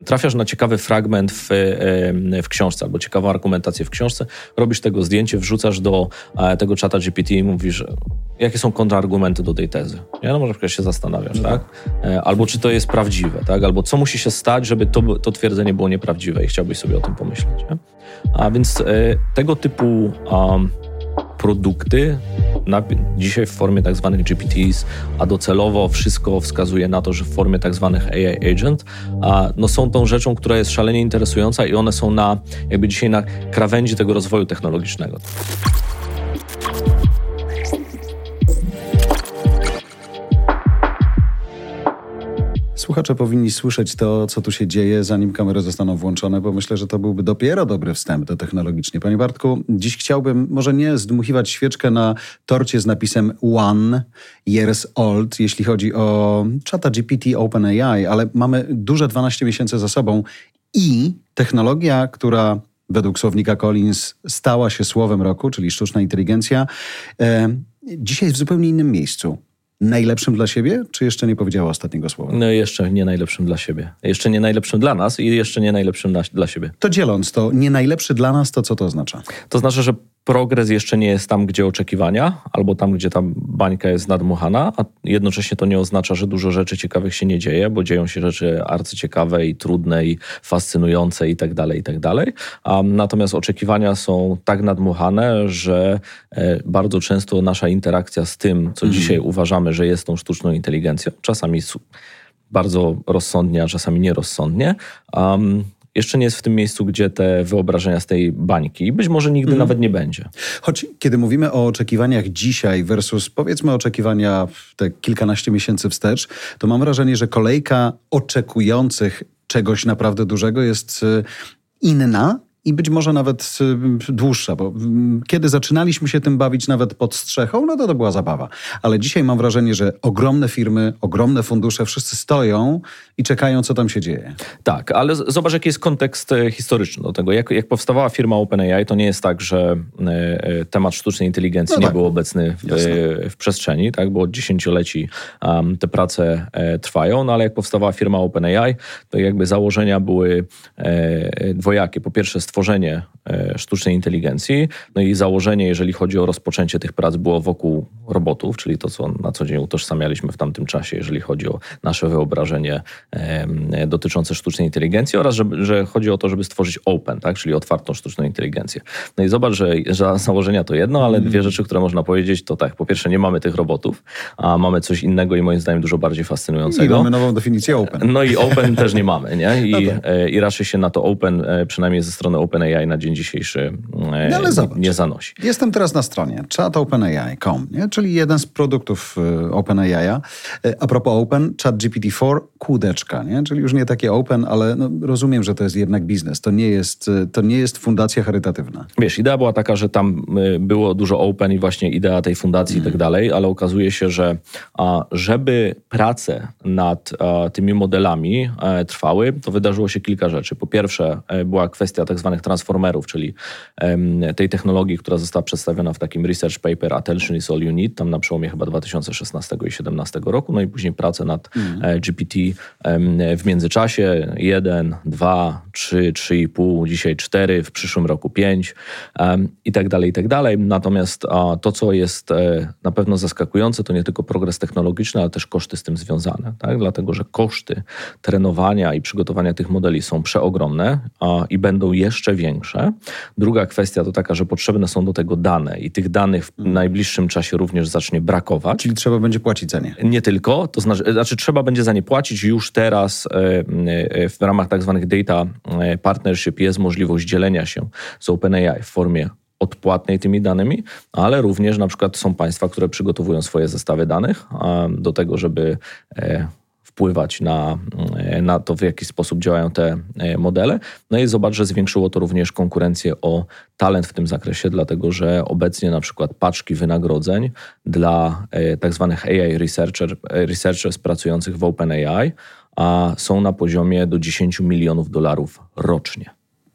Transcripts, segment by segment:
trafiasz na ciekawy fragment w książce albo ciekawą argumentację w książce, robisz tego zdjęcie, wrzucasz do tego czata GPT i mówisz, jakie są kontrargumenty do tej tezy. No może się zastanawiasz, tak? Albo czy to jest prawdziwe, tak? Albo co musi się stać, żeby to twierdzenie było nieprawdziwe i chciałbyś sobie o tym pomyśleć. Nie? A więc tego typu produkty dzisiaj w formie tak zwanych GPTs, a docelowo wszystko wskazuje na to, że w formie tak zwanych AI agent, są tą rzeczą, która jest szalenie interesująca i one są dzisiaj na krawędzi tego rozwoju technologicznego. Słuchacze powinni słyszeć to, co tu się dzieje, zanim kamery zostaną włączone, bo myślę, że to byłby dopiero dobry wstęp do technologicznie. Panie Bartku, dziś chciałbym może nie zdmuchiwać świeczkę na torcie z napisem 1 years old, jeśli chodzi o ChatGPT OpenAI, ale mamy duże 12 miesięcy za sobą i technologia, która według słownika Collins stała się słowem roku, czyli sztuczna inteligencja, dzisiaj jest w zupełnie innym miejscu. Najlepszym dla siebie, czy jeszcze nie powiedziała ostatniego słowa? No jeszcze nie najlepszym dla siebie. Jeszcze nie najlepszym dla nas i jeszcze nie najlepszym dla siebie. To dzieląc to, nie najlepszy dla nas, to co to oznacza? To znaczy, że progres jeszcze nie jest tam, gdzie oczekiwania, albo tam, gdzie ta bańka jest nadmuchana, a jednocześnie to nie oznacza, że dużo rzeczy ciekawych się nie dzieje, bo dzieją się rzeczy arcyciekawe i trudne i fascynujące i tak dalej, i tak dalej. Natomiast oczekiwania są tak nadmuchane, że bardzo często nasza interakcja z tym, co dzisiaj uważamy, że jest tą sztuczną inteligencją, czasami bardzo rozsądnie, a czasami nierozsądnie, jeszcze nie jest w tym miejscu, gdzie te wyobrażenia z tej bańki i być może nigdy nawet nie będzie. Choć kiedy mówimy o oczekiwaniach dzisiaj versus powiedzmy oczekiwania te kilkanaście miesięcy wstecz, to mam wrażenie, że kolejka oczekujących czegoś naprawdę dużego jest inna i być może nawet dłuższa, bo kiedy zaczynaliśmy się tym bawić nawet pod strzechą, no to była zabawa. Ale dzisiaj mam wrażenie, że ogromne firmy, ogromne fundusze, wszyscy stoją i czekają, co tam się dzieje. Tak, ale zobacz, jaki jest kontekst historyczny do tego. Jak powstawała firma OpenAI, to nie jest tak, że temat sztucznej inteligencji nie był obecny w przestrzeni, tak? Bo od dziesięcioleci te prace trwają, no ale jak powstawała firma OpenAI, to jakby założenia były dwojakie. Po pierwsze stworzenie sztucznej inteligencji, no i założenie, jeżeli chodzi o rozpoczęcie tych prac, było wokół robotów, czyli to, co na co dzień utożsamialiśmy w tamtym czasie, jeżeli chodzi o nasze wyobrażenie dotyczące sztucznej inteligencji oraz, że chodzi o to, żeby stworzyć open, tak, czyli otwartą sztuczną inteligencję. No i zobacz, że założenia to jedno, ale dwie rzeczy, które można powiedzieć, to tak, po pierwsze nie mamy tych robotów, a mamy coś innego i moim zdaniem dużo bardziej fascynującego. I mamy nową definicję open. No i open też nie mamy, nie? I raczej się na to open, przynajmniej ze strony OpenAI na dzień dzisiejszy nie zanosi. Jestem teraz na stronie chatopenai.com, czyli jeden z produktów OpenAI'a. A propos open, ChatGPT-4, kółdeczka, nie? Czyli już nie takie open, ale rozumiem, że to jest jednak biznes. To nie jest fundacja charytatywna. Wiesz, idea była taka, że tam było dużo open i właśnie idea tej fundacji i tak dalej, ale okazuje się, że żeby prace nad tymi modelami trwały, to wydarzyło się kilka rzeczy. Po pierwsze, była kwestia tak zwanych transformerów, czyli tej technologii, która została przedstawiona w takim research paper Attention is all you need, tam na przełomie chyba 2016 i 2017 roku, no i później prace nad GPT w międzyczasie 1, 2, 3, 3,5, dzisiaj 4, w przyszłym roku 5 i tak dalej, i tak dalej. Natomiast to, co jest na pewno zaskakujące, to nie tylko progres technologiczny, ale też koszty z tym związane, tak? Dlatego, że koszty trenowania i przygotowania tych modeli są przeogromne i będą jeszcze większe. Druga kwestia to taka, że potrzebne są do tego dane i tych danych w najbliższym czasie również zacznie brakować. Czyli trzeba będzie płacić za nie. Nie tylko, to znaczy trzeba będzie za nie płacić. Już teraz w ramach tak zwanych data partnership jest możliwość dzielenia się z OpenAI w formie odpłatnej tymi danymi, ale również na przykład są państwa, które przygotowują swoje zestawy danych do tego, żeby wpływać na to, w jaki sposób działają te modele. No i zobacz, że zwiększyło to również konkurencję o talent w tym zakresie, dlatego że obecnie na przykład paczki wynagrodzeń dla tak zwanych AI researchers pracujących w OpenAI są na poziomie do $10 milionów rocznie.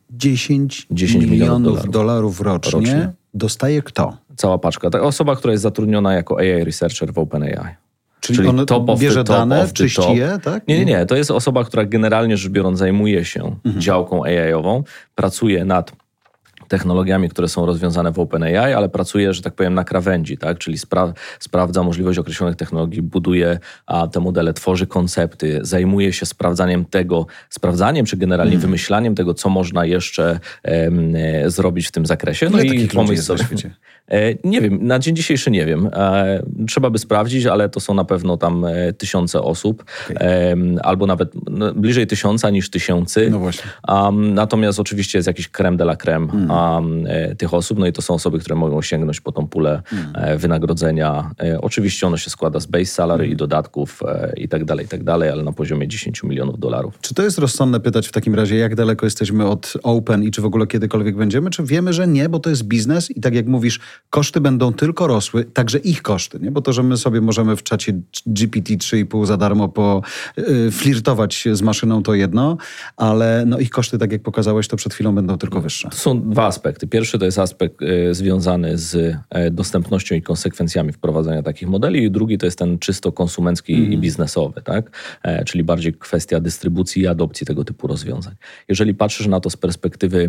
10 milionów dolarów rocznie dostaje kto? Cała paczka. Ta osoba, która jest zatrudniona jako AI researcher w OpenAI. Czyli on bierze dane, czyści je, tak? Nie. To jest osoba, która generalnie rzecz biorąc zajmuje się działką AI-ową, pracuje nad technologiami, które są rozwiązane w OpenAI, ale pracuje, że tak powiem, na krawędzi, tak? Czyli sprawdza możliwość określonych technologii, buduje te modele, tworzy koncepty, zajmuje się sprawdzaniem czy generalnie wymyślaniem tego, co można jeszcze zrobić w tym zakresie. Ile takich ludzi jest na świecie? Nie wiem, na dzień dzisiejszy nie wiem. Trzeba by sprawdzić, ale to są na pewno tam tysiące osób, albo nawet bliżej 1000 niż 1000. No właśnie. Natomiast oczywiście jest jakiś crème de la crème tych osób, no i to są osoby, które mogą sięgnąć po tą pulę wynagrodzenia. Oczywiście ono się składa z base salary i dodatków i tak dalej, ale na poziomie $10 milionów. Czy to jest rozsądne pytać w takim razie, jak daleko jesteśmy od Open i czy w ogóle kiedykolwiek będziemy? Czy wiemy, że nie, bo to jest biznes i tak jak mówisz, koszty będą tylko rosły, także ich koszty, nie? Bo to, że my sobie możemy w czacie GPT 3,5 za darmo flirtować z maszyną, to jedno, ale no ich koszty, tak jak pokazałeś, to przed chwilą będą tylko wyższe. To są dwa aspekty. Pierwszy to jest aspekt związany z dostępnością i konsekwencjami wprowadzania takich modeli i drugi to jest ten czysto konsumencki i biznesowy, tak? Czyli bardziej kwestia dystrybucji i adopcji tego typu rozwiązań. Jeżeli patrzysz na to z perspektywy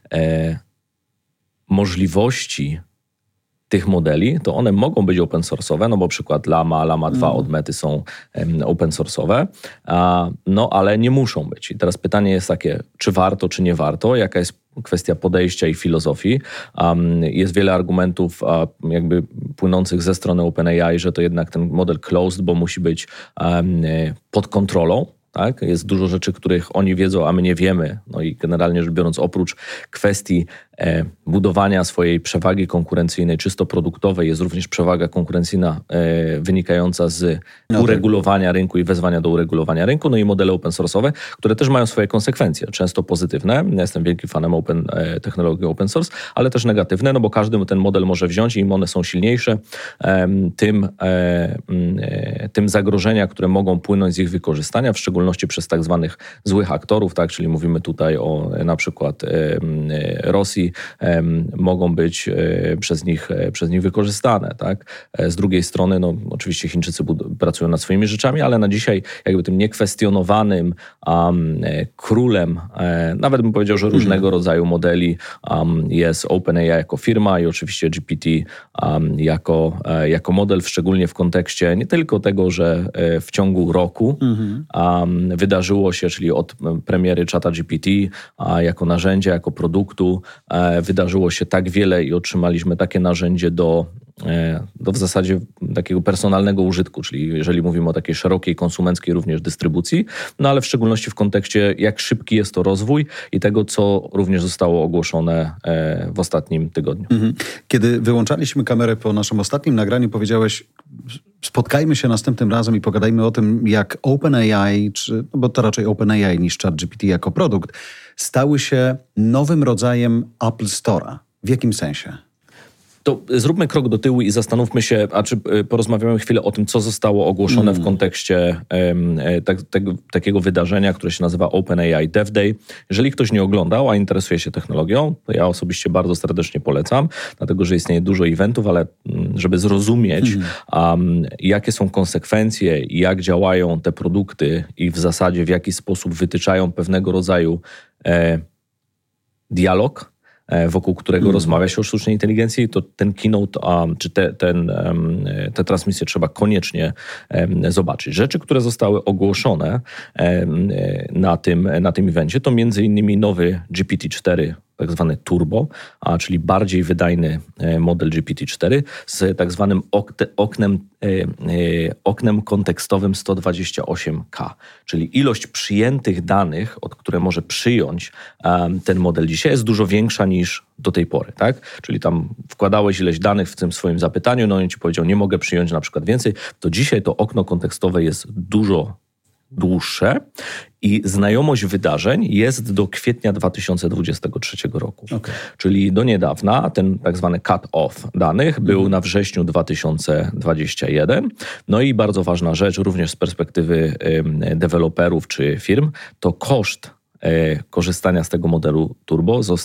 możliwości tych modeli, to one mogą być open source'owe, no bo przykład Llama 2 od Mety są open source'owe, no ale nie muszą być. I teraz pytanie jest takie, czy warto, czy nie warto, jaka jest kwestia podejścia i filozofii. Jest wiele argumentów jakby płynących ze strony OpenAI, że to jednak ten model closed, bo musi być pod kontrolą. Tak? Jest dużo rzeczy, których oni wiedzą, a my nie wiemy. No i generalnie rzecz biorąc, oprócz kwestii budowania swojej przewagi konkurencyjnej czysto produktowej, jest również przewaga konkurencyjna wynikająca z uregulowania rynku i wezwania do uregulowania rynku. No i modele open source'owe, które też mają swoje konsekwencje, często pozytywne. Ja jestem wielkim fanem technologii open source, ale też negatywne, no bo każdy ten model może wziąć i im one są silniejsze, tym zagrożenia, które mogą płynąć z ich wykorzystania, w szczególności przez tak zwanych złych aktorów, tak, czyli mówimy tutaj o na przykład Rosji, mogą być przez nich wykorzystane. Tak? Z drugiej strony, no, oczywiście Chińczycy pracują nad swoimi rzeczami, ale na dzisiaj jakby tym niekwestionowanym królem, nawet bym powiedział, że różnego rodzaju modeli jest OpenAI jako firma i oczywiście GPT jako model, szczególnie w kontekście nie tylko tego, że w ciągu roku wydarzyło się, czyli od premiery ChatGPT jako narzędzia, jako produktu, wydarzyło się tak wiele i otrzymaliśmy takie narzędzie do w zasadzie takiego personalnego użytku, czyli jeżeli mówimy o takiej szerokiej konsumenckiej również dystrybucji, no ale w szczególności w kontekście jak szybki jest to rozwój i tego, co również zostało ogłoszone w ostatnim tygodniu. Kiedy wyłączaliśmy kamerę po naszym ostatnim nagraniu, powiedziałeś, spotkajmy się następnym razem i pogadajmy o tym, jak OpenAI, bo to raczej OpenAI niż ChatGPT jako produkt, stały się nowym rodzajem Apple Store'a. W jakim sensie? To zróbmy krok do tyłu i zastanówmy się, porozmawiamy chwilę o tym, co zostało ogłoszone w kontekście takiego wydarzenia, które się nazywa OpenAI Dev Day. Jeżeli ktoś nie oglądał, a interesuje się technologią, to ja osobiście bardzo serdecznie polecam, dlatego że istnieje dużo eventów, ale żeby zrozumieć, jakie są konsekwencje i jak działają te produkty i w zasadzie w jaki sposób wytyczają pewnego rodzaju dialog, wokół którego rozmawia się o sztucznej inteligencji, to ten keynote, czy te transmisje trzeba koniecznie zobaczyć. Rzeczy, które zostały ogłoszone na tym evencie, to między innymi nowy GPT-4, tak zwany turbo, czyli bardziej wydajny model GPT-4 z tak zwanym oknem kontekstowym 128K, czyli ilość przyjętych danych, które może przyjąć ten model dzisiaj, jest dużo większa niż do tej pory, tak? Czyli tam wkładałeś ileś danych w tym swoim zapytaniu, no i ci powiedział, nie mogę przyjąć na przykład więcej, to dzisiaj to okno kontekstowe jest dużo dłuższe i znajomość wydarzeń jest do kwietnia 2023 roku. Okay. Czyli do niedawna ten tak zwany cut-off danych był na wrześniu 2021. No i bardzo ważna rzecz, również z perspektywy deweloperów czy firm, to koszt korzystania z tego modelu turbo został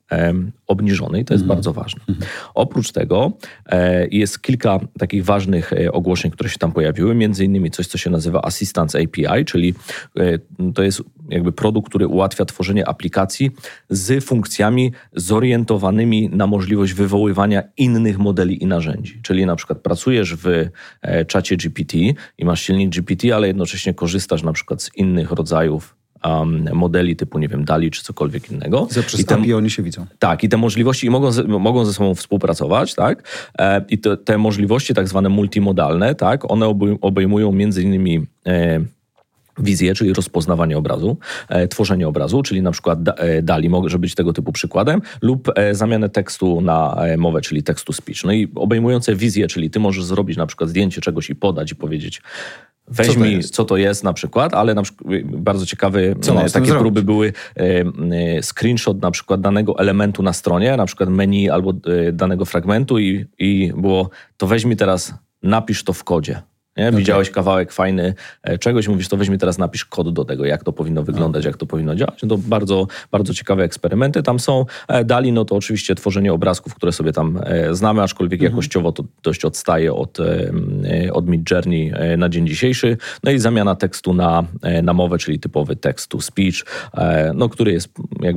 obniżony i to jest bardzo ważne. Oprócz tego jest kilka takich ważnych ogłoszeń, które się tam pojawiły, między innymi coś, co się nazywa Assistance API, czyli to jest jakby produkt, który ułatwia tworzenie aplikacji z funkcjami zorientowanymi na możliwość wywoływania innych modeli i narzędzi. Czyli na przykład pracujesz w czacie GPT i masz silnik GPT, ale jednocześnie korzystasz na przykład z innych rodzajów modeli typu, nie wiem, DALL-E czy cokolwiek innego. Przez API oni się widzą. Tak, i te możliwości mogą ze sobą współpracować, tak? I te możliwości tak zwane multimodalne, tak? One obejmują między innymi wizję, czyli rozpoznawanie obrazu, tworzenie obrazu, czyli na przykład DALL-E może być tego typu przykładem, lub zamianę tekstu na mowę, czyli text to speech. No i obejmujące wizję, czyli ty możesz zrobić na przykład zdjęcie czegoś i podać i powiedzieć weź mi, co to jest na przykład, ale na przykład bardzo ciekawe takie próby były screenshot na przykład danego elementu na stronie, na przykład menu albo danego fragmentu i było to weź mi teraz, napisz to w kodzie. Nie? Okay. Widziałeś kawałek fajny czegoś, mówisz, to weź mi teraz napisz kod do tego, jak to powinno wyglądać, jak to powinno działać. To bardzo, bardzo ciekawe eksperymenty tam są. DALL-E, no to oczywiście tworzenie obrazków, które sobie tam znamy, aczkolwiek jakościowo to dość odstaje od Midjourney na dzień dzisiejszy. No i zamiana tekstu na mowę, czyli typowy text to speech, no, który jest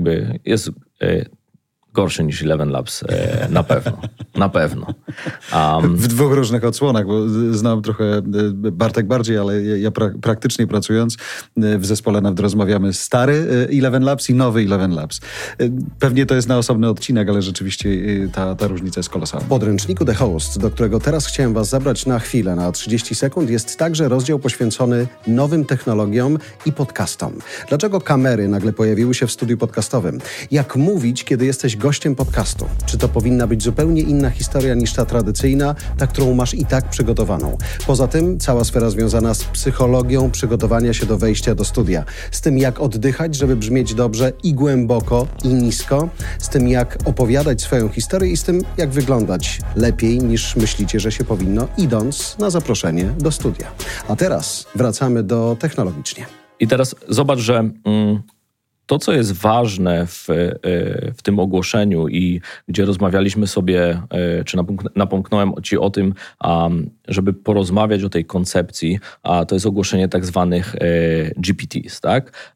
gorszy niż Eleven Labs, na pewno. Na pewno. W dwóch różnych odsłonach, bo znam trochę Bartek bardziej, ale ja praktycznie pracując w zespole nawet rozmawiamy stary Eleven Labs i nowy Eleven Labs. Pewnie to jest na osobny odcinek, ale rzeczywiście ta różnica jest kolosalna. W podręczniku The Host, do którego teraz chciałem was zabrać na chwilę, na 30 sekund, jest także rozdział poświęcony nowym technologiom i podcastom. Dlaczego kamery nagle pojawiły się w studiu podcastowym? Jak mówić, kiedy jesteś gościem podcastu? Czy to powinna być zupełnie inna historia niż ta tradycyjna, ta, którą masz i tak przygotowaną? Poza tym cała sfera związana z psychologią przygotowania się do wejścia do studia. Z tym, jak oddychać, żeby brzmieć dobrze i głęboko, i nisko. Z tym, jak opowiadać swoją historię i z tym, jak wyglądać lepiej niż myślicie, że się powinno, idąc na zaproszenie do studia. A teraz wracamy do technologicznie. I teraz zobacz, że to, co jest ważne w tym ogłoszeniu i gdzie rozmawialiśmy sobie, czy napomknąłem ci o tym, żeby porozmawiać o tej koncepcji, to jest ogłoszenie tak zwanych GPTs, tak?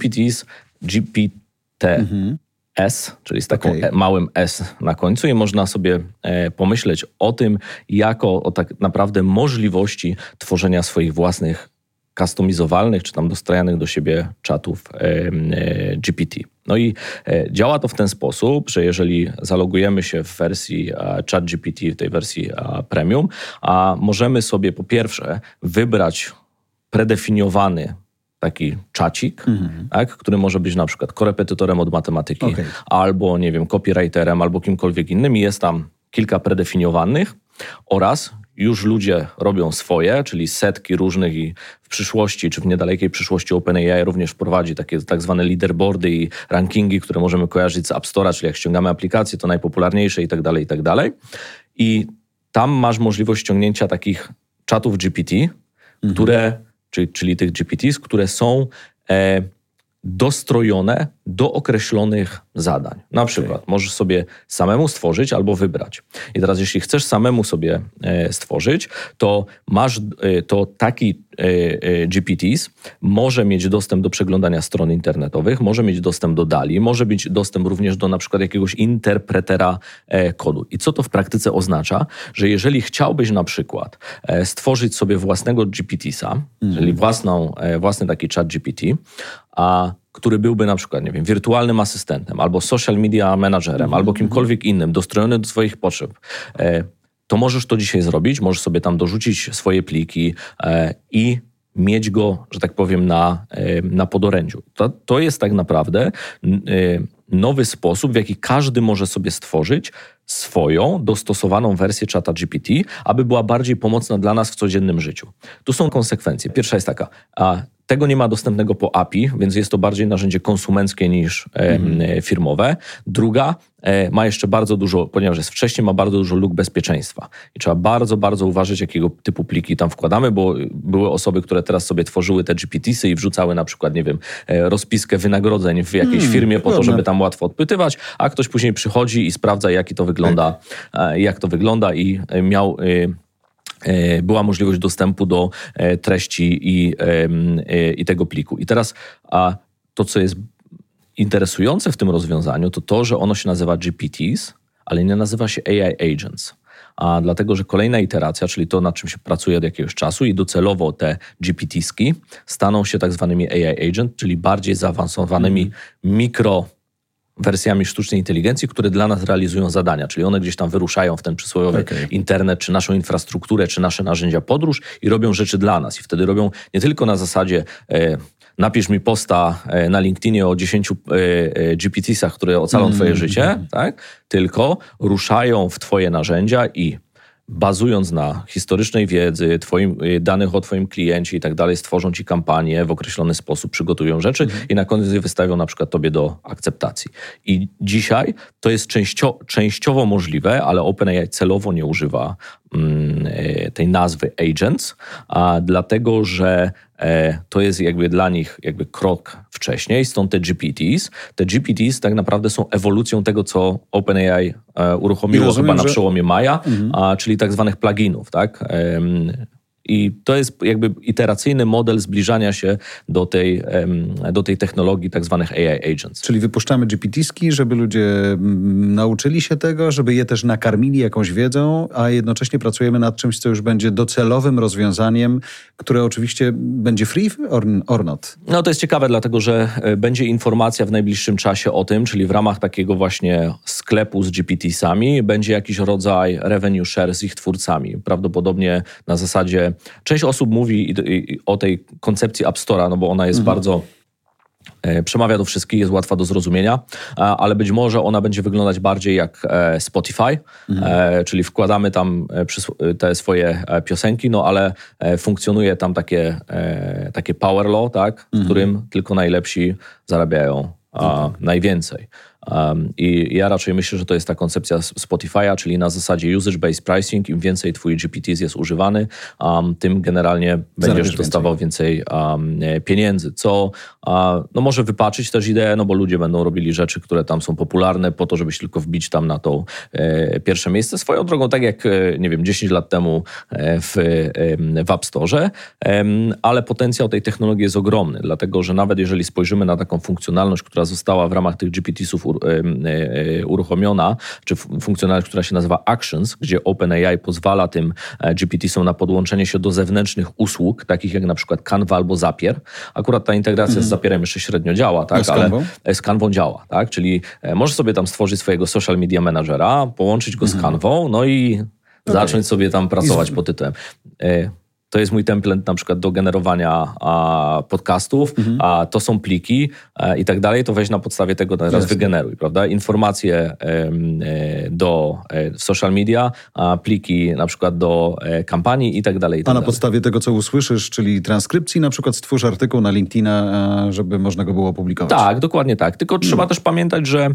GPT-S, czyli z taką małym S na końcu i można sobie pomyśleć o tym, jako o tak naprawdę możliwości tworzenia swoich własnych customizowalnych, czy tam dostrajanych do siebie czatów GPT. No i działa to w ten sposób, że jeżeli zalogujemy się w wersji ChatGPT, w tej wersji premium, możemy sobie po pierwsze wybrać predefiniowany taki czacik, tak, który może być na przykład korepetytorem od matematyki, albo, nie wiem, copywriterem, albo kimkolwiek innym i jest tam kilka predefiniowanych oraz już ludzie robią swoje, czyli setki różnych i w przyszłości, czy w niedalekiej przyszłości OpenAI również wprowadzi takie tak zwane leaderboardy i rankingi, które możemy kojarzyć z App Store'a, czyli jak ściągamy aplikacje, to najpopularniejsze i tak dalej, i tak dalej. I tam masz możliwość ściągnięcia takich czatów GPT, które, czyli tych GPTs, które są dostrojone do określonych zadań. Na przykład możesz sobie samemu stworzyć albo wybrać. I teraz jeśli chcesz samemu sobie stworzyć, to masz taki GPTs może mieć dostęp do przeglądania stron internetowych, może mieć dostęp do DALL-E, może mieć dostęp również do na przykład jakiegoś interpretera kodu. I co to w praktyce oznacza? Że jeżeli chciałbyś na przykład stworzyć sobie własnego GPT-sa, czyli własny taki chat GPT, który byłby na przykład, nie wiem, wirtualnym asystentem, albo social media managerem, albo kimkolwiek innym, dostrojony do swoich potrzeb, to możesz to dzisiaj zrobić, możesz sobie tam dorzucić swoje pliki i mieć go, że tak powiem, na podorędziu. To jest tak naprawdę nowy sposób, w jaki każdy może sobie stworzyć swoją dostosowaną wersję czata GPT, aby była bardziej pomocna dla nas w codziennym życiu. Tu są konsekwencje. Pierwsza jest taka, Tego nie ma dostępnego po API, więc jest to bardziej narzędzie konsumenckie niż firmowe. Druga, ma jeszcze bardzo dużo, ponieważ jest wcześniej, ma bardzo dużo luk bezpieczeństwa. I trzeba bardzo, bardzo uważać, jakiego typu pliki tam wkładamy, bo były osoby, które teraz sobie tworzyły te GPTs-y i wrzucały na przykład, nie wiem, rozpiskę wynagrodzeń w jakiejś firmie po to, żeby tam łatwo odpytywać, a ktoś później przychodzi i sprawdza, jak to wygląda i była możliwość dostępu do treści i tego pliku. I teraz to, co jest interesujące w tym rozwiązaniu, to, że ono się nazywa GPTs, ale nie nazywa się AI Agents. Dlatego, że kolejna iteracja, czyli to, nad czym się pracuje od jakiegoś czasu i docelowo te GPT-ski staną się tak zwanymi AI Agent, czyli bardziej zaawansowanymi mikrowersjami sztucznej inteligencji, które dla nas realizują zadania, czyli one gdzieś tam wyruszają w ten przysłowiowy internet, czy naszą infrastrukturę, czy nasze narzędzia podróż i robią rzeczy dla nas. I wtedy robią nie tylko na zasadzie napisz mi posta na LinkedInie o 10 GPT-sach, które ocalą twoje życie, tak? Tylko ruszają w twoje narzędzia i bazując na historycznej wiedzy, danych o twoim kliencie i tak dalej, stworzą ci kampanię w określony sposób, przygotują rzeczy i na koniec je wystawią na przykład tobie do akceptacji. I dzisiaj to jest częściowo możliwe, ale OpenAI celowo nie używa tej nazwy agents, dlatego że to jest jakby dla nich jakby krok wcześniej, stąd te GPTs. Te GPTs tak naprawdę są ewolucją tego, co OpenAI uruchomiło chyba na przełomie maja, czyli tak zwanych pluginów, tak? I to jest jakby iteracyjny model zbliżania się do tej technologii tak zwanych AI agents. Czyli wypuszczamy GPT-ski, żeby ludzie nauczyli się tego, żeby je też nakarmili jakąś wiedzą, a jednocześnie pracujemy nad czymś, co już będzie docelowym rozwiązaniem, które oczywiście będzie free or not. No to jest ciekawe, dlatego że będzie informacja w najbliższym czasie o tym, czyli w ramach takiego właśnie sklepu z GPT-sami będzie jakiś rodzaj revenue share z ich twórcami. Prawdopodobnie na zasadzie część osób mówi o tej koncepcji App Store'a, no bo ona jest bardzo przemawia do wszystkich, jest łatwa do zrozumienia, ale być może ona będzie wyglądać bardziej jak Spotify, czyli wkładamy tam te swoje piosenki, no ale funkcjonuje tam takie power law, tak, w którym tylko najlepsi zarabiają najwięcej. I ja raczej myślę, że to jest ta koncepcja Spotify'a, czyli na zasadzie usage-based pricing. Im więcej twój GPT jest używany, tym generalnie będziesz dostawał więcej pieniędzy, co no może wypaczyć też ideę, no bo ludzie będą robili rzeczy, które tam są popularne po to, żeby się tylko wbić tam na to pierwsze miejsce. Swoją drogą, tak jak, nie wiem, 10 lat temu w App Store, ale potencjał tej technologii jest ogromny, dlatego że nawet jeżeli spojrzymy na taką funkcjonalność, która została w ramach tych GPT-sów uruchomiona, czy funkcjonalność, która się nazywa Actions, gdzie OpenAI pozwala tym GPT-som na podłączenie się do zewnętrznych usług, takich jak na przykład Canva albo Zapier. Akurat ta integracja z Zapierem jeszcze średnio działa, tak? Ale z Canvą działa, tak? Czyli możesz sobie tam stworzyć swojego social media managera, połączyć go z Canvą, no i zacząć sobie tam pracować pod tytułem. To jest mój template na przykład do generowania podcastów, a to są pliki i tak dalej, to weź na podstawie tego teraz wygeneruj, prawda? Informacje do social media, pliki na przykład do kampanii i tak dalej. A na podstawie tego, co usłyszysz, czyli transkrypcji, na przykład stwórz artykuł na LinkedIna, żeby można go było opublikować. Tak, dokładnie tak. Tylko trzeba też pamiętać, że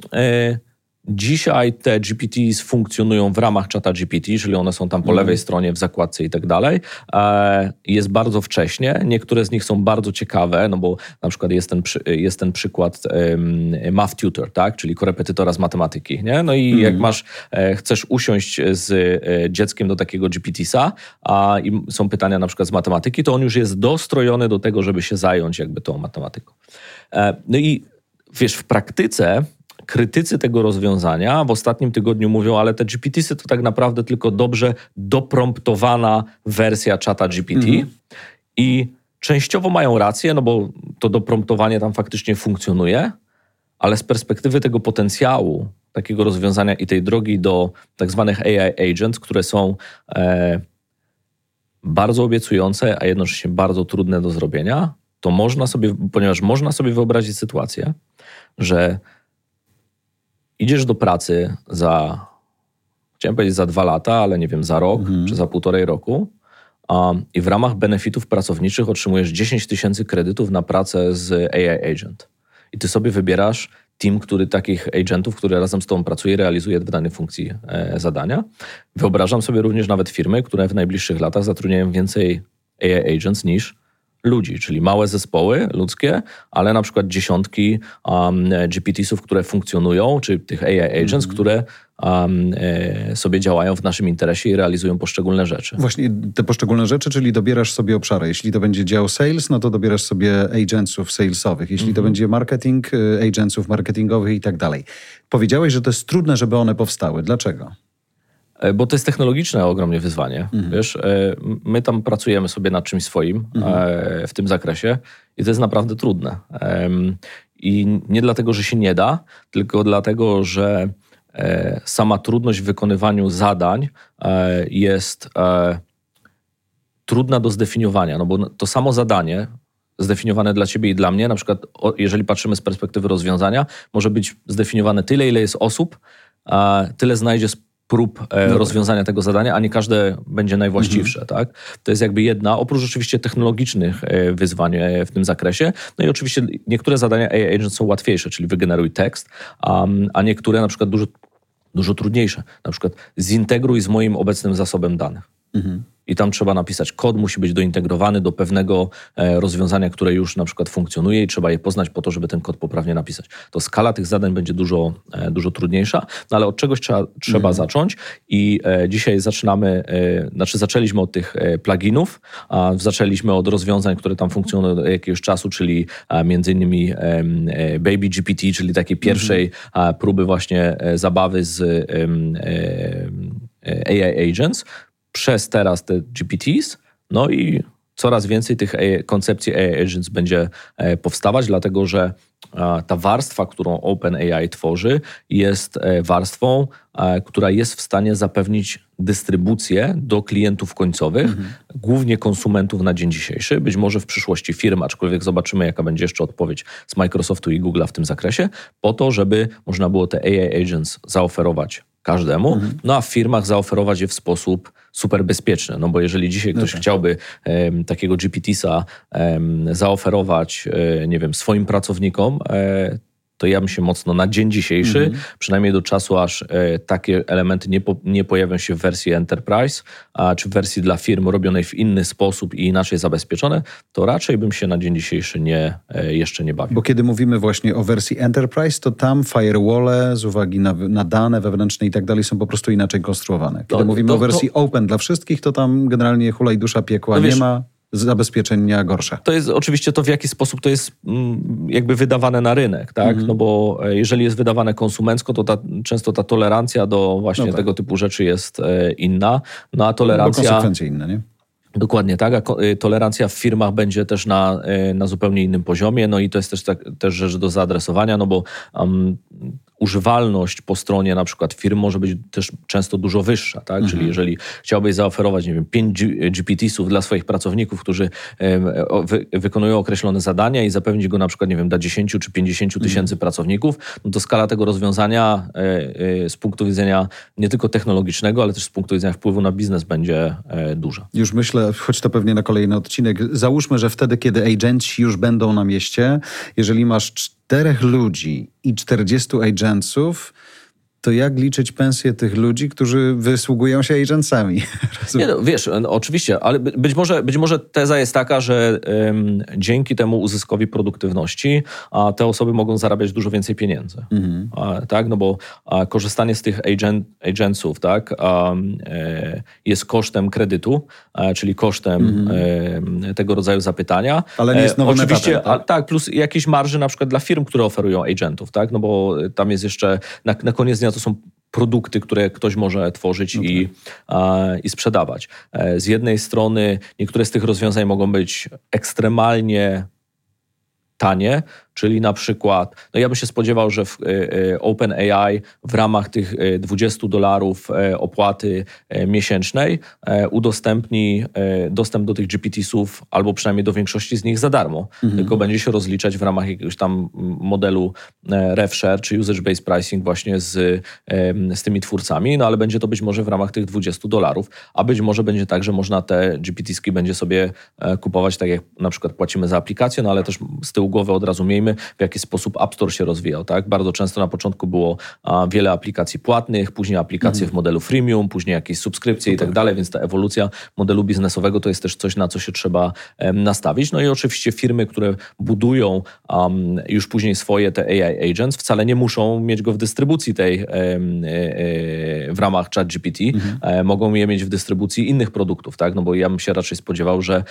dzisiaj te GPTs funkcjonują w ramach czata GPT, czyli one są tam po lewej stronie w zakładce i tak dalej. Jest bardzo wcześnie. Niektóre z nich są bardzo ciekawe, no bo na przykład jest ten przykład Math Tutor, tak? Czyli korepetytora z matematyki. Nie? No i jak chcesz usiąść z dzieckiem do takiego GPT-sa i są pytania na przykład z matematyki, to on już jest dostrojony do tego, żeby się zająć jakby tą matematyką. No i wiesz, w praktyce krytycy tego rozwiązania w ostatnim tygodniu mówią, ale te GPT-sy to tak naprawdę tylko dobrze dopromptowana wersja czata GPT i częściowo mają rację, no bo to dopromptowanie tam faktycznie funkcjonuje, ale z perspektywy tego potencjału takiego rozwiązania i tej drogi do tak zwanych AI agents, które są bardzo obiecujące, a jednocześnie bardzo trudne do zrobienia, to ponieważ można sobie wyobrazić sytuację, że idziesz do pracy chciałem powiedzieć za 2 lata, ale nie wiem, za rok czy za 1,5 roku i w ramach benefitów pracowniczych otrzymujesz 10 000 kredytów na pracę z AI Agent. I ty sobie wybierasz team, który takich agentów, który razem z tobą pracuje, realizuje w danej funkcji zadania. Wyobrażam sobie również nawet firmy, które w najbliższych latach zatrudniają więcej AI Agents niż ludzi, czyli małe zespoły ludzkie, ale na przykład dziesiątki GPT-sów, które funkcjonują, czy tych AI Agents, które sobie działają w naszym interesie i realizują poszczególne rzeczy. Właśnie te poszczególne rzeczy, czyli dobierasz sobie obszary. Jeśli to będzie dział sales, no to dobierasz sobie agentsów salesowych. Jeśli to będzie marketing, agentsów marketingowych i tak dalej. Powiedziałeś, że to jest trudne, żeby one powstały. Dlaczego? Bo to jest technologiczne ogromnie wyzwanie. Wiesz, my tam pracujemy sobie nad czymś swoim w tym zakresie i to jest naprawdę trudne. I nie dlatego, że się nie da, tylko dlatego, że sama trudność w wykonywaniu zadań jest trudna do zdefiniowania, no bo to samo zadanie zdefiniowane dla ciebie i dla mnie, na przykład jeżeli patrzymy z perspektywy rozwiązania, może być zdefiniowane tyle, ile jest osób, tyle znajdzie prób rozwiązania tego zadania, a nie każde będzie najwłaściwsze. Tak? To jest jakby jedna, oprócz oczywiście technologicznych wyzwań w tym zakresie. No i oczywiście niektóre zadania AI Agent są łatwiejsze, czyli wygeneruj tekst, a niektóre na przykład dużo trudniejsze. Na przykład zintegruj z moim obecnym zasobem danych. I tam trzeba napisać kod, musi być dointegrowany do pewnego rozwiązania, które już na przykład funkcjonuje i trzeba je poznać po to, żeby ten kod poprawnie napisać. To skala tych zadań będzie dużo trudniejsza, no ale od czegoś trzeba zacząć i dzisiaj zaczęliśmy od tych pluginów, zaczęliśmy od rozwiązań, które tam funkcjonują od jakiegoś czasu, czyli między innymi Baby GPT, czyli takiej pierwszej próby właśnie zabawy z AI Agents, przez teraz te GPTs, no i coraz więcej tych koncepcji AI Agents będzie powstawać, dlatego że ta warstwa, którą OpenAI tworzy, jest warstwą, która jest w stanie zapewnić dystrybucję do klientów końcowych, głównie konsumentów na dzień dzisiejszy, być może w przyszłości firm, aczkolwiek zobaczymy, jaka będzie jeszcze odpowiedź z Microsoftu i Google'a w tym zakresie, po to, żeby można było te AI Agents zaoferować każdemu, no a w firmach zaoferować je w sposób super bezpieczny, no bo jeżeli dzisiaj ktoś chciałby takiego GPT-sa zaoferować, nie wiem, swoim pracownikom, to ja bym się mocno na dzień dzisiejszy, przynajmniej do czasu, aż takie elementy nie pojawią się w wersji Enterprise, czy w wersji dla firm robionej w inny sposób i inaczej zabezpieczone, to raczej bym się na dzień dzisiejszy jeszcze nie bawił. Bo kiedy mówimy właśnie o wersji Enterprise, to tam firewalle z uwagi na dane wewnętrzne i tak dalej są po prostu inaczej konstruowane. Kiedy mówimy o wersji open dla wszystkich, to tam generalnie hulaj dusza piekła nie ma. Zabezpieczenia gorsze. To jest oczywiście to, w jaki sposób to jest jakby wydawane na rynek, tak? No bo jeżeli jest wydawane konsumencko, to często ta tolerancja do właśnie tego typu rzeczy jest inna. No a tolerancja... Bo konsekwencje inne, nie? Dokładnie tak, a tolerancja w firmach będzie też na zupełnie innym poziomie, no i to jest też rzecz do zaadresowania, no bo używalność po stronie na przykład firm może być też często dużo wyższa, tak? Czyli jeżeli chciałbyś zaoferować, nie wiem, 5 GPT-sów dla swoich pracowników, którzy wykonują określone zadania i zapewnić go na przykład, nie wiem, dla 10 czy 50 tysięcy pracowników, no to skala tego rozwiązania z punktu widzenia nie tylko technologicznego, ale też z punktu widzenia wpływu na biznes będzie duża. Już myślę, choć to pewnie na kolejny odcinek, załóżmy, że wtedy, kiedy agenci już będą na mieście, jeżeli masz 4 ludzi i 40 agentsów, to jak liczyć pensję tych ludzi, którzy wysługują się agentsami? Nie, no, wiesz, no, oczywiście, ale być może teza jest taka, że dzięki temu uzyskowi produktywności te osoby mogą zarabiać dużo więcej pieniędzy. Tak? No bo korzystanie z tych agentsów, tak, jest kosztem kredytu, czyli kosztem tego rodzaju zapytania. Ale nie jest nowym oczywiście, etatem, tak? Tak, plus jakieś marży na przykład dla firm, które oferują agentów, tak? No bo tam jest jeszcze, na koniec dnia to są produkty, które ktoś może tworzyć i sprzedawać. Z jednej strony niektóre z tych rozwiązań mogą być ekstremalnie tanie, czyli na przykład, no ja bym się spodziewał, że OpenAI w ramach tych $20 opłaty miesięcznej udostępni dostęp do tych GPT-sów, albo przynajmniej do większości z nich za darmo. Tylko będzie się rozliczać w ramach jakiegoś tam modelu RevShare czy Usage-Based Pricing właśnie z tymi twórcami, no ale będzie to być może w ramach tych $20, a być może będzie tak, że można te GPT-ski będzie sobie kupować tak jak na przykład płacimy za aplikację, no ale też z tyłu głowy od razu miejmy, w jaki sposób App Store się rozwijał, tak? Bardzo często na początku było wiele aplikacji płatnych, później aplikacje w modelu freemium, później jakieś subskrypcje i tak dalej, więc ta ewolucja modelu biznesowego to jest też coś, na co się trzeba nastawić. No i oczywiście firmy, które budują już później swoje te AI agents, wcale nie muszą mieć go w dystrybucji tej w ramach ChatGPT, mogą je mieć w dystrybucji innych produktów, tak? No bo ja bym się raczej spodziewał, że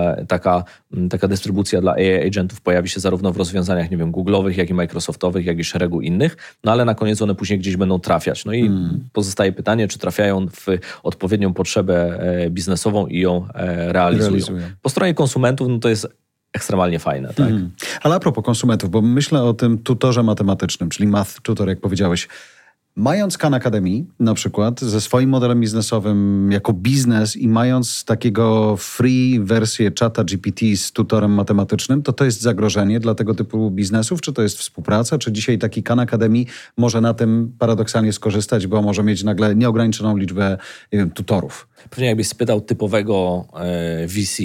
taka dystrybucja dla AI agentów pojawi się zarówno w rozwiązaniach, nie wiem, Google'owych, jak i Microsoftowych, jak i szeregu innych, no ale na koniec one później gdzieś będą trafiać. No i pozostaje pytanie, czy trafiają w odpowiednią potrzebę biznesową i ją realizują. Po stronie konsumentów, no to jest ekstremalnie fajne, tak? Ale a propos konsumentów, bo myślę o tym tutorze matematycznym, czyli math tutor, jak powiedziałeś. Mając Khan Academy na przykład ze swoim modelem biznesowym jako biznes i mając takiego free wersję czata GPT z tutorem matematycznym, to jest zagrożenie dla tego typu biznesów? Czy to jest współpraca? Czy dzisiaj taki Khan Academy może na tym paradoksalnie skorzystać, bo może mieć nagle nieograniczoną liczbę, nie wiem, tutorów? Pewnie jakbyś spytał typowego VC,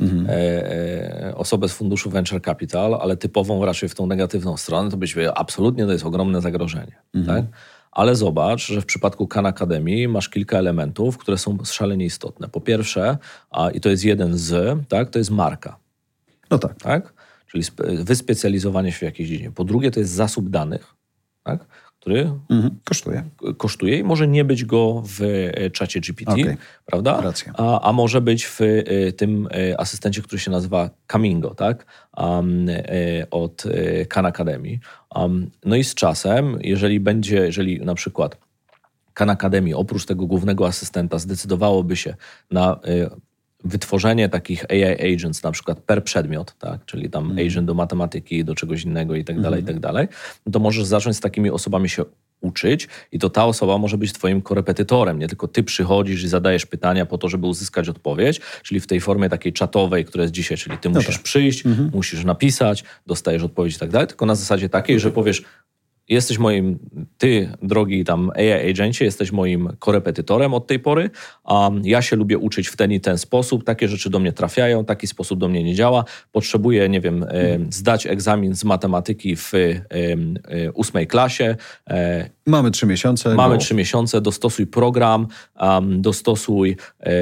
osobę z funduszu Venture Capital, ale typową raczej w tą negatywną stronę, to byś powiedział, absolutnie to jest ogromne zagrożenie, tak? Ale zobacz, że w przypadku Khan Academy masz kilka elementów, które są szalenie istotne. Po pierwsze, i to jest jeden z, tak, to jest marka. No tak. Tak? Czyli wyspecjalizowanie się w jakiejś dziedzinie. Po drugie, to jest zasób danych, tak, który kosztuje i może nie być go w czacie GPT, prawda? Racja. A może być w tym asystencie, który się nazywa Camingo, tak? Od Khan Academy. No i z czasem, jeżeli na przykład Khan Academy oprócz tego głównego asystenta zdecydowałoby się na wytworzenie takich AI agents na przykład per przedmiot, tak? Czyli tam agent do matematyki, do czegoś innego i tak dalej, no to możesz zacząć z takimi osobami się uczyć i to ta osoba może być twoim korepetytorem. Nie tylko ty przychodzisz i zadajesz pytania po to, żeby uzyskać odpowiedź, czyli w tej formie takiej czatowej, która jest dzisiaj, czyli ty musisz przyjść, musisz napisać, dostajesz odpowiedź i tak dalej, tylko na zasadzie takiej, że powiesz, jesteś ty, drogi tam AI agencie, jesteś moim korepetytorem od tej pory, a ja się lubię uczyć w ten i ten sposób, takie rzeczy do mnie trafiają, taki sposób do mnie nie działa, potrzebuję, nie wiem, zdać egzamin z matematyki w 8 klasie. Mamy 3 miesiące. Mamy 3 miesiące, dostosuj program, dostosuj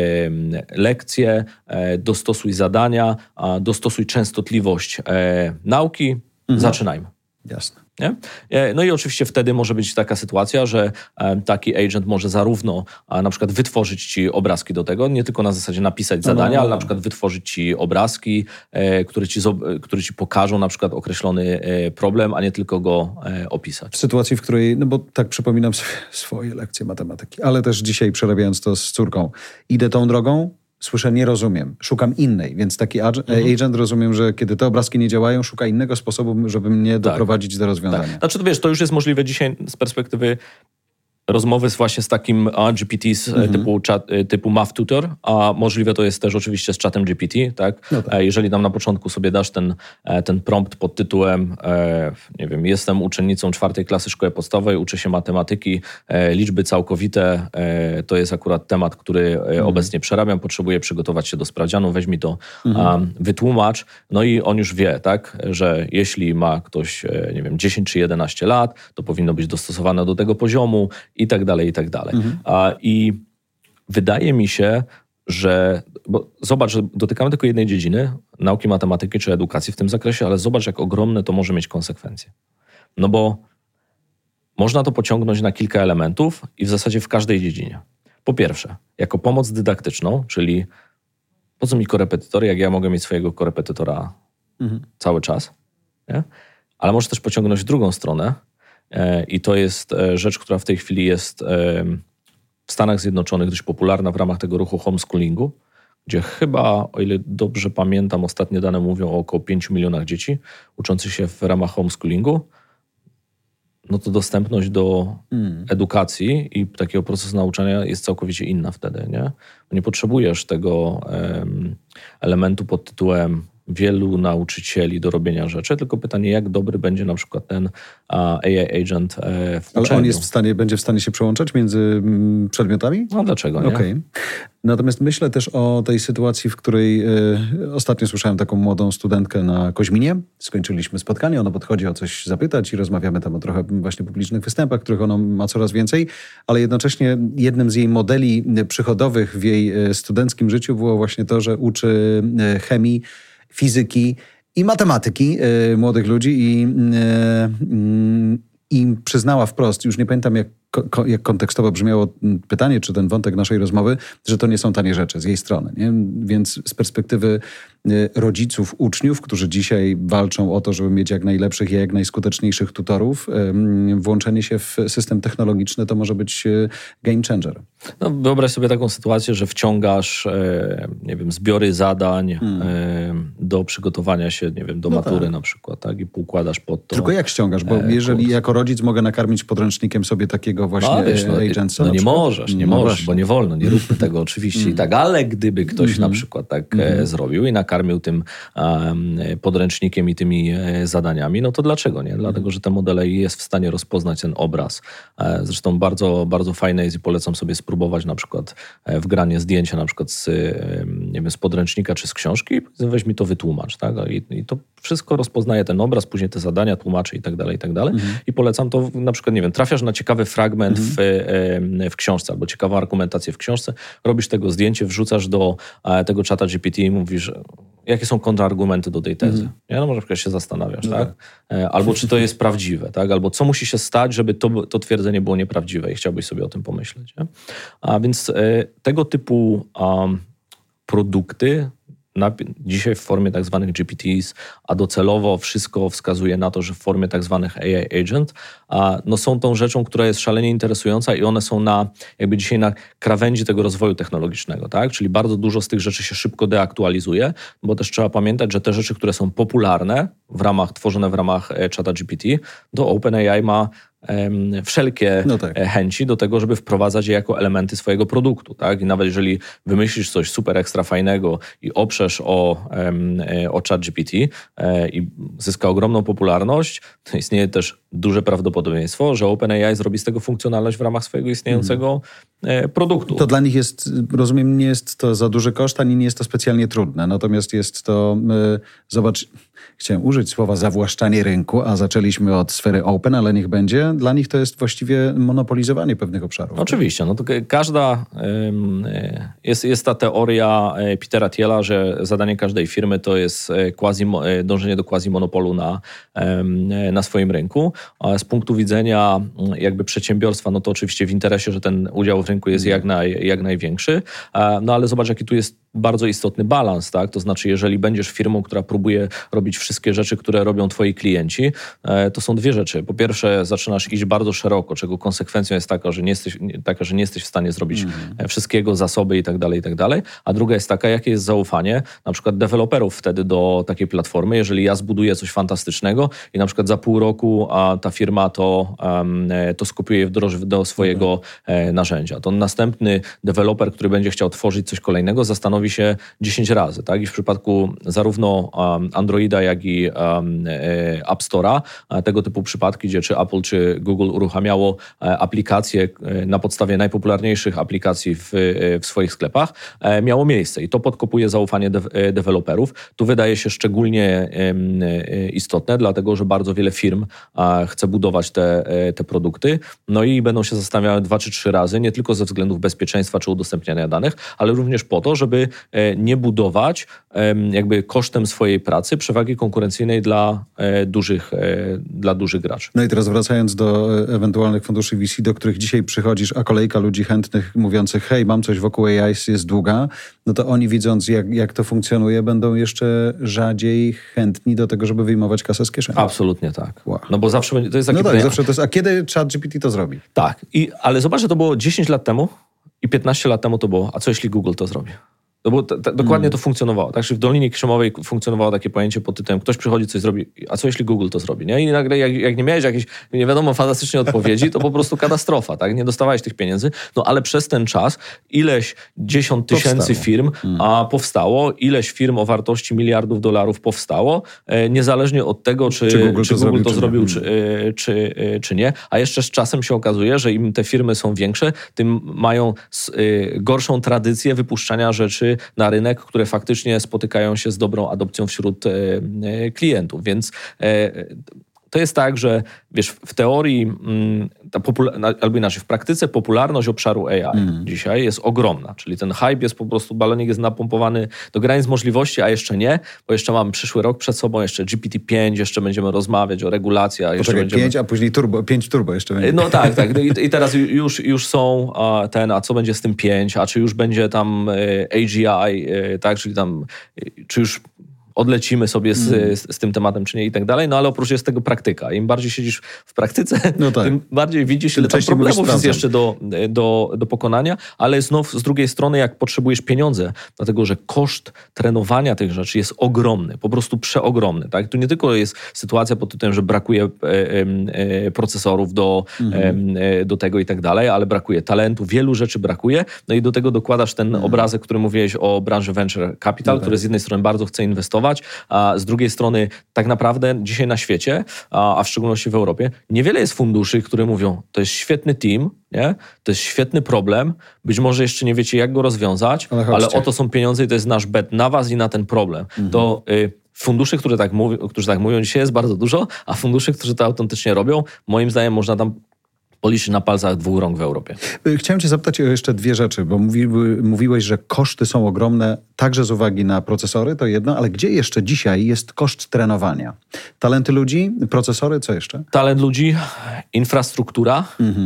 lekcje, dostosuj zadania, dostosuj częstotliwość nauki, zaczynajmy. Jasne. Nie? No i oczywiście wtedy może być taka sytuacja, że taki agent może zarówno na przykład wytworzyć ci obrazki do tego, nie tylko na zasadzie napisać zadania, ale na przykład wytworzyć ci obrazki, które ci pokażą na przykład określony problem, a nie tylko go opisać. W sytuacji, w której, no bo tak przypominam sobie swoje lekcje matematyki, ale też dzisiaj przerabiając to z córką, idę tą drogą, słyszę, nie rozumiem, szukam innej, więc taki agent, rozumiem, że kiedy te obrazki nie działają, szuka innego sposobu, żeby mnie doprowadzić do rozwiązania. Tak. Znaczy to wiesz, to już jest możliwe dzisiaj z perspektywy rozmowy właśnie z takim GPT typu Math Tutor, a możliwe to jest też oczywiście z czatem GPT, tak? No tak. Jeżeli tam na początku sobie dasz ten prompt pod tytułem, nie wiem, jestem uczennicą 4 klasy szkoły podstawowej, uczę się matematyki, liczby całkowite, to jest akurat temat, który obecnie przerabiam, potrzebuję przygotować się do sprawdzianu, weź mi to, wytłumacz, no i on już wie, tak, że jeśli ma ktoś, nie wiem, 10 czy 11 lat, to powinno być dostosowane do tego poziomu, i tak dalej, i tak dalej. I wydaje mi się, że... Bo zobacz, że dotykamy tylko jednej dziedziny, nauki matematyki czy edukacji w tym zakresie, ale zobacz, jak ogromne to może mieć konsekwencje. No bo można to pociągnąć na kilka elementów i w zasadzie w każdej dziedzinie. Po pierwsze, jako pomoc dydaktyczną, czyli po co mi korepetytor, jak ja mogę mieć swojego korepetytora cały czas, nie? Ale może też pociągnąć w drugą stronę, i to jest rzecz, która w tej chwili jest w Stanach Zjednoczonych dość popularna w ramach tego ruchu homeschoolingu, gdzie chyba, o ile dobrze pamiętam, ostatnie dane mówią o około 5 milionach dzieci uczących się w ramach homeschoolingu, no to dostępność do edukacji i takiego procesu nauczania jest całkowicie inna wtedy, nie? Nie potrzebujesz tego elementu pod tytułem wielu nauczycieli do robienia rzeczy, tylko pytanie, jak dobry będzie na przykład ten AI agent w uczeniu. Ale on będzie w stanie się przełączać między przedmiotami? No dlaczego nie? Okej. Natomiast myślę też o tej sytuacji, w której ostatnio słyszałem taką młodą studentkę na Koźminie. Skończyliśmy spotkanie, ona podchodzi o coś zapytać i rozmawiamy tam o trochę właśnie publicznych występach, których ona ma coraz więcej, ale jednocześnie jednym z jej modeli przychodowych w jej studenckim życiu było właśnie to, że uczy chemii, fizyki i matematyki młodych ludzi i przyznała wprost, już nie pamiętam jak kontekstowo brzmiało pytanie, czy ten wątek naszej rozmowy, że to nie są tanie rzeczy z jej strony. Nie? Więc z perspektywy rodziców, uczniów, którzy dzisiaj walczą o to, żeby mieć jak najlepszych i jak najskuteczniejszych tutorów, włączenie się w system technologiczny to może być game changer. No, wyobraź sobie taką sytuację, że wciągasz nie wiem, zbiory zadań do przygotowania się, nie wiem, do matury na przykład, tak? I poukładasz pod to. Tylko jak ściągasz? Bo jeżeli jako rodzic mogę nakarmić podręcznikiem sobie takiego właśnie agentsa. No nie możesz, bo nie wolno, nie róbmy tego oczywiście i tak, ale gdyby ktoś na przykład tak zrobił i nakarmił tym podręcznikiem i tymi zadaniami, no to dlaczego nie? Dlatego, że te modele jest w stanie rozpoznać ten obraz. Zresztą bardzo, bardzo fajne jest i polecam sobie spróbować na przykład wgranie zdjęcia na przykład z podręcznika czy z książki, weź mi to wytłumacz, tak? I to wszystko rozpoznaje ten obraz, później te zadania tłumaczy i tak dalej, i tak dalej. I polecam to na przykład, nie wiem, trafiasz na ciekawy fragment w książce albo ciekawą argumentację w książce, robisz tego zdjęcie, wrzucasz do tego czata GPT i mówisz, jakie są kontrargumenty do tej tezy. No może na przykład się zastanawiasz, tak? Albo czy to jest prawdziwe, tak? Albo co musi się stać, żeby to twierdzenie było nieprawdziwe i chciałbyś sobie o tym pomyśleć. Nie? A więc tego typu produkty dzisiaj w formie tak zwanych GPTs, a docelowo wszystko wskazuje na to, że w formie tak zwanych AI agent, no są tą rzeczą, która jest szalenie interesująca i one są jakby dzisiaj na krawędzi tego rozwoju technologicznego, tak? Czyli bardzo dużo z tych rzeczy się szybko deaktualizuje, bo też trzeba pamiętać, że te rzeczy, które są popularne tworzone w ramach czata GPT, to OpenAI ma wszelkie chęci do tego, żeby wprowadzać je jako elementy swojego produktu. Tak? I nawet jeżeli wymyślisz coś super ekstra fajnego i oprzesz o ChatGPT i zyska ogromną popularność, to istnieje też duże prawdopodobieństwo, że OpenAI zrobi z tego funkcjonalność w ramach swojego istniejącego produktu. To dla nich jest, rozumiem, nie jest to za duży koszt, ani nie jest to specjalnie trudne. Natomiast jest to, chciałem użyć słowa zawłaszczanie rynku, a zaczęliśmy od sfery open, ale niech będzie. Dla nich to jest właściwie monopolizowanie pewnych obszarów. Oczywiście. No to jest ta teoria Petera Thiela, że zadanie każdej firmy to jest dążenie do quasi-monopolu na swoim rynku. A z punktu widzenia jakby przedsiębiorstwa, no to oczywiście w interesie, że ten udział w rynku jest jak największy. No ale zobacz, jaki tu jest bardzo istotny balans, tak? To znaczy, jeżeli będziesz firmą, która próbuje robić wszystkie rzeczy, które robią twoi klienci, to są dwie rzeczy. Po pierwsze, zaczynasz iść bardzo szeroko, czego konsekwencją jest taka, że nie jesteś w stanie zrobić wszystkiego, zasoby i tak dalej, a druga jest taka, jakie jest zaufanie na przykład deweloperów wtedy do takiej platformy. Jeżeli ja zbuduję coś fantastycznego i na przykład za pół roku ta firma to skopiuje i wdroży do swojego narzędzia, to następny deweloper, który będzie chciał tworzyć coś kolejnego, zastanowi się 10 razy. Tak? I w przypadku zarówno Androida, jak i App Store'a, tego typu przypadki, gdzie czy Apple, czy Google uruchamiało aplikacje na podstawie najpopularniejszych aplikacji w swoich sklepach, miało miejsce. I to podkopuje zaufanie deweloperów. Tu wydaje się szczególnie istotne, dlatego że bardzo wiele firm chce budować te produkty, no i będą się zastanawiały 2 czy 3 razy, nie tylko ze względów bezpieczeństwa czy udostępniania danych, ale również po to, żeby nie budować kosztem swojej pracy przewagi konkurencyjnej dla dużych graczy. No i teraz wracając do ewentualnych funduszy VC, do których dzisiaj przychodzisz, a kolejka ludzi chętnych mówiących, hej, mam coś wokół AI, jest długa, no to oni widząc jak to funkcjonuje, będą jeszcze rzadziej chętni do tego, żeby wyjmować kasę z kieszeni. Absolutnie tak. Wow. No bo zawsze to jest takie... No tak, zawsze to jest, a kiedy ChatGPT to zrobi? Tak, ale zobacz, że to było 10 lat temu i 15 lat temu to było, a co jeśli Google to zrobi? No bo dokładnie to funkcjonowało. Tak, że w Dolinie Krzemowej funkcjonowało takie pojęcie pod tytułem ktoś przychodzi, coś zrobi, a co jeśli Google to zrobi? Nie? I nagle jak nie miałeś jakiejś, nie wiadomo, fantastycznej odpowiedzi, to po prostu katastrofa, tak? Nie dostawałeś tych pieniędzy, no ale przez ten czas ileś 10 000 firm powstało, ileś firm o wartości miliardów dolarów powstało, niezależnie od tego, czy Google to zrobił, czy nie. A jeszcze z czasem się okazuje, że im te firmy są większe, tym mają gorszą tradycję wypuszczania rzeczy na rynek, które faktycznie spotykają się z dobrą adopcją wśród klientów. Więc to jest tak, że wiesz, w teorii, albo inaczej, w praktyce popularność obszaru AI dzisiaj jest ogromna. Czyli ten hype jest po prostu, balonik jest napompowany do granic możliwości, a jeszcze nie, bo jeszcze mamy przyszły rok przed sobą, jeszcze GPT-5, jeszcze będziemy rozmawiać o regulacjach. Poczekaj, 5, a później 5 turbo jeszcze będzie. No tak. I teraz już są a co będzie z tym 5, a czy już będzie tam AGI, tak, czyli tam, czy już odlecimy sobie z tym tematem, czy nie i tak dalej, no ale oprócz jest tego praktyka. Im bardziej siedzisz w praktyce, tym bardziej widzisz, ile tam problemów jest jeszcze do pokonania, ale znów z drugiej strony, jak potrzebujesz pieniądze, dlatego że koszt trenowania tych rzeczy jest ogromny, po prostu przeogromny. Tak? Tu nie tylko jest sytuacja pod tytułem, że brakuje procesorów do tego i tak dalej, ale brakuje talentu, wielu rzeczy brakuje, no i do tego dokładasz ten obrazek, który mówiłeś o branży Venture Capital, który z jednej strony bardzo chce inwestować, a z drugiej strony tak naprawdę dzisiaj na świecie, a w szczególności w Europie, niewiele jest funduszy, które mówią, to jest świetny team, nie? To jest świetny problem, być może jeszcze nie wiecie, jak go rozwiązać, ale oto są pieniądze i to jest nasz bet na was i na ten problem. To funduszy, którzy tak mówią dzisiaj jest bardzo dużo, a funduszy, którzy to autentycznie robią, moim zdaniem można tam policzyć na palcach 2 rąk w Europie. Chciałem cię zapytać o jeszcze 2 rzeczy, bo mówiłeś, że koszty są ogromne, także z uwagi na procesory, to jedno, ale gdzie jeszcze dzisiaj jest koszt trenowania? Talenty ludzi, procesory, co jeszcze? Talent ludzi, infrastruktura.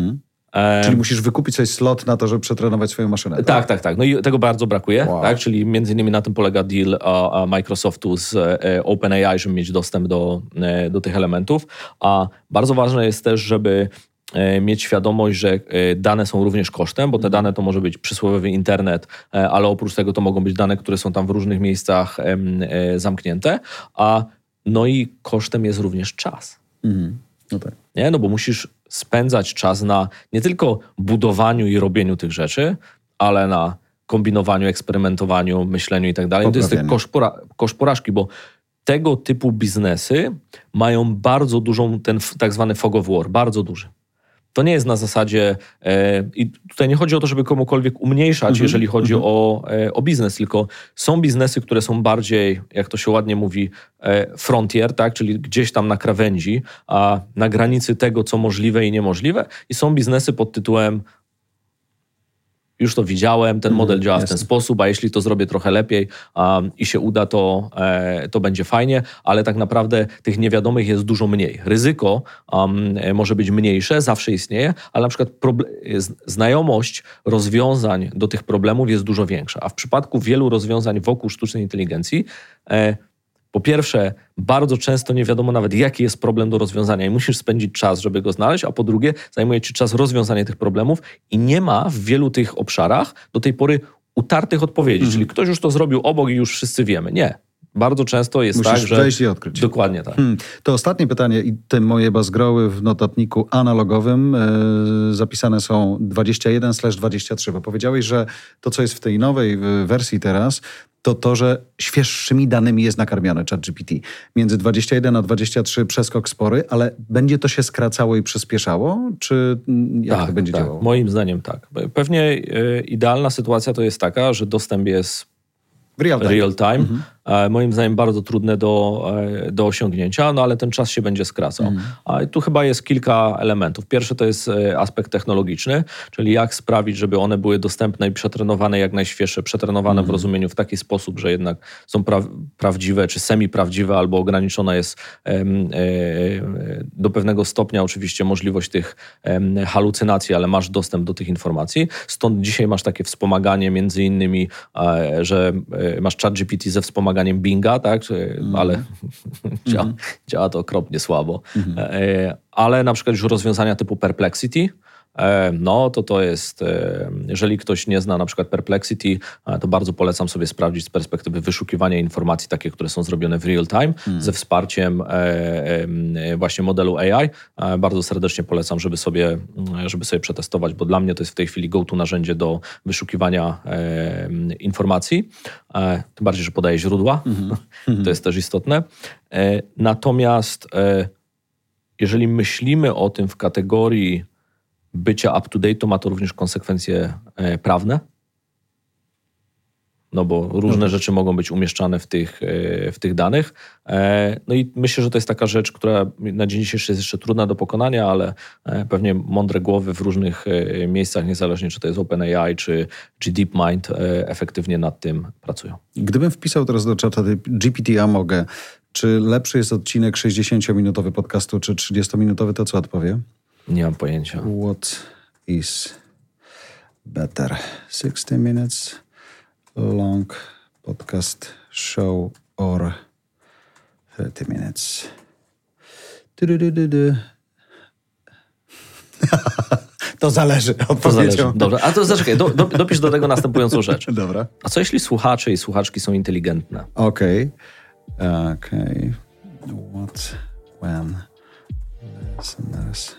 Czyli musisz wykupić sobie slot na to, żeby przetrenować swoją maszynę. Tak. No i tego bardzo brakuje. Wow. Tak? Czyli między innymi na tym polega deal Microsoftu z OpenAI, żeby mieć dostęp do tych elementów. A bardzo ważne jest też, żeby mieć świadomość, że dane są również kosztem, bo te dane to może być przysłowiowy internet, ale oprócz tego to mogą być dane, które są tam w różnych miejscach zamknięte. No i kosztem jest również czas. No tak. Nie? No bo musisz spędzać czas na nie tylko budowaniu i robieniu tych rzeczy, ale na kombinowaniu, eksperymentowaniu, myśleniu i tak dalej. To jest koszt porażki, bo tego typu biznesy mają bardzo dużą, ten tak zwany fog of war, bardzo duży. To nie jest na zasadzie, i tutaj nie chodzi o to, żeby komukolwiek umniejszać, jeżeli chodzi o biznes, tylko są biznesy, które są bardziej, jak to się ładnie mówi, frontier, tak? Czyli gdzieś tam na krawędzi, a na granicy tego, co możliwe i niemożliwe. I są biznesy pod tytułem już to widziałem, ten model działa w ten sposób, a jeśli to zrobię trochę lepiej i się uda, to będzie fajnie, ale tak naprawdę tych niewiadomych jest dużo mniej. Ryzyko może być mniejsze, zawsze istnieje, ale na przykład znajomość rozwiązań do tych problemów jest dużo większa. A w przypadku wielu rozwiązań wokół sztucznej inteligencji po pierwsze, bardzo często nie wiadomo nawet, jaki jest problem do rozwiązania i musisz spędzić czas, żeby go znaleźć, a po drugie, zajmuje ci czas rozwiązanie tych problemów i nie ma w wielu tych obszarach do tej pory utartych odpowiedzi, czyli ktoś już to zrobił obok i już wszyscy wiemy. Nie. Bardzo często jest musisz tak, że... wejść i odkryć. Dokładnie tak. To ostatnie pytanie i te moje bazgroły w notatniku analogowym zapisane są 21/23, bo powiedziałeś, że to, co jest w tej nowej wersji teraz, to, że świeższymi danymi jest nakarmione ChatGPT. Między 21 a 23 przeskok spory, ale będzie to się skracało i przyspieszało? Czy jak to będzie działało? Moim zdaniem tak. Pewnie idealna sytuacja to jest taka, że dostęp jest w real time. Moim zdaniem bardzo trudne do osiągnięcia, no ale ten czas się będzie skracał. A tu chyba jest kilka elementów. Pierwszy to jest aspekt technologiczny, czyli jak sprawić, żeby one były dostępne i przetrenowane jak najświeższe, przetrenowane w rozumieniu w taki sposób, że jednak są prawdziwe czy semi-prawdziwe albo ograniczona jest do pewnego stopnia oczywiście możliwość tych halucynacji, ale masz dostęp do tych informacji. Stąd dzisiaj masz takie wspomaganie między innymi, że masz ChatGPT ze wspomaganiem Binga, tak? Ale działa to okropnie słabo. Ale na przykład już rozwiązania typu Perplexity no to jest, jeżeli ktoś nie zna na przykład Perplexity, to bardzo polecam sobie sprawdzić z perspektywy wyszukiwania informacji takie, które są zrobione w real time, ze wsparciem właśnie modelu AI. Bardzo serdecznie polecam, żeby sobie przetestować, bo dla mnie to jest w tej chwili go-to narzędzie do wyszukiwania informacji. Tym bardziej, że podaje źródła. To jest też istotne. Natomiast jeżeli myślimy o tym w kategorii bycia up-to-date, to ma to również konsekwencje prawne. No bo różne rzeczy mogą być umieszczane w tych danych. No i myślę, że to jest taka rzecz, która na dzień dzisiejszy jest jeszcze trudna do pokonania, ale pewnie mądre głowy w różnych miejscach, niezależnie czy to jest OpenAI, czy DeepMind, efektywnie nad tym pracują. Gdybym wpisał teraz do czata GPT, a mogę, czy lepszy jest odcinek 60-minutowy podcastu, czy 30-minutowy, to co odpowie? Nie mam pojęcia. What is better? 60 minutes long podcast show or 30 minutes? To zależy. To zależy. Dobrze. A to zaczekaj, dopisz do tego następującą rzecz. Dobra. A co jeśli słuchacze i słuchaczki są inteligentne? Okej. What when listeners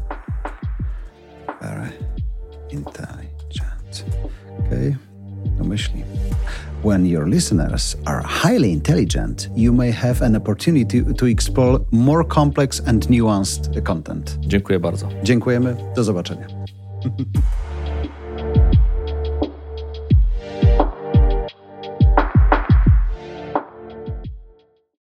very intelligent. No myśli. When your listeners are highly intelligent, you may have an opportunity to explore more complex and nuanced content. Dziękuję bardzo. Dziękujemy. Do zobaczenia.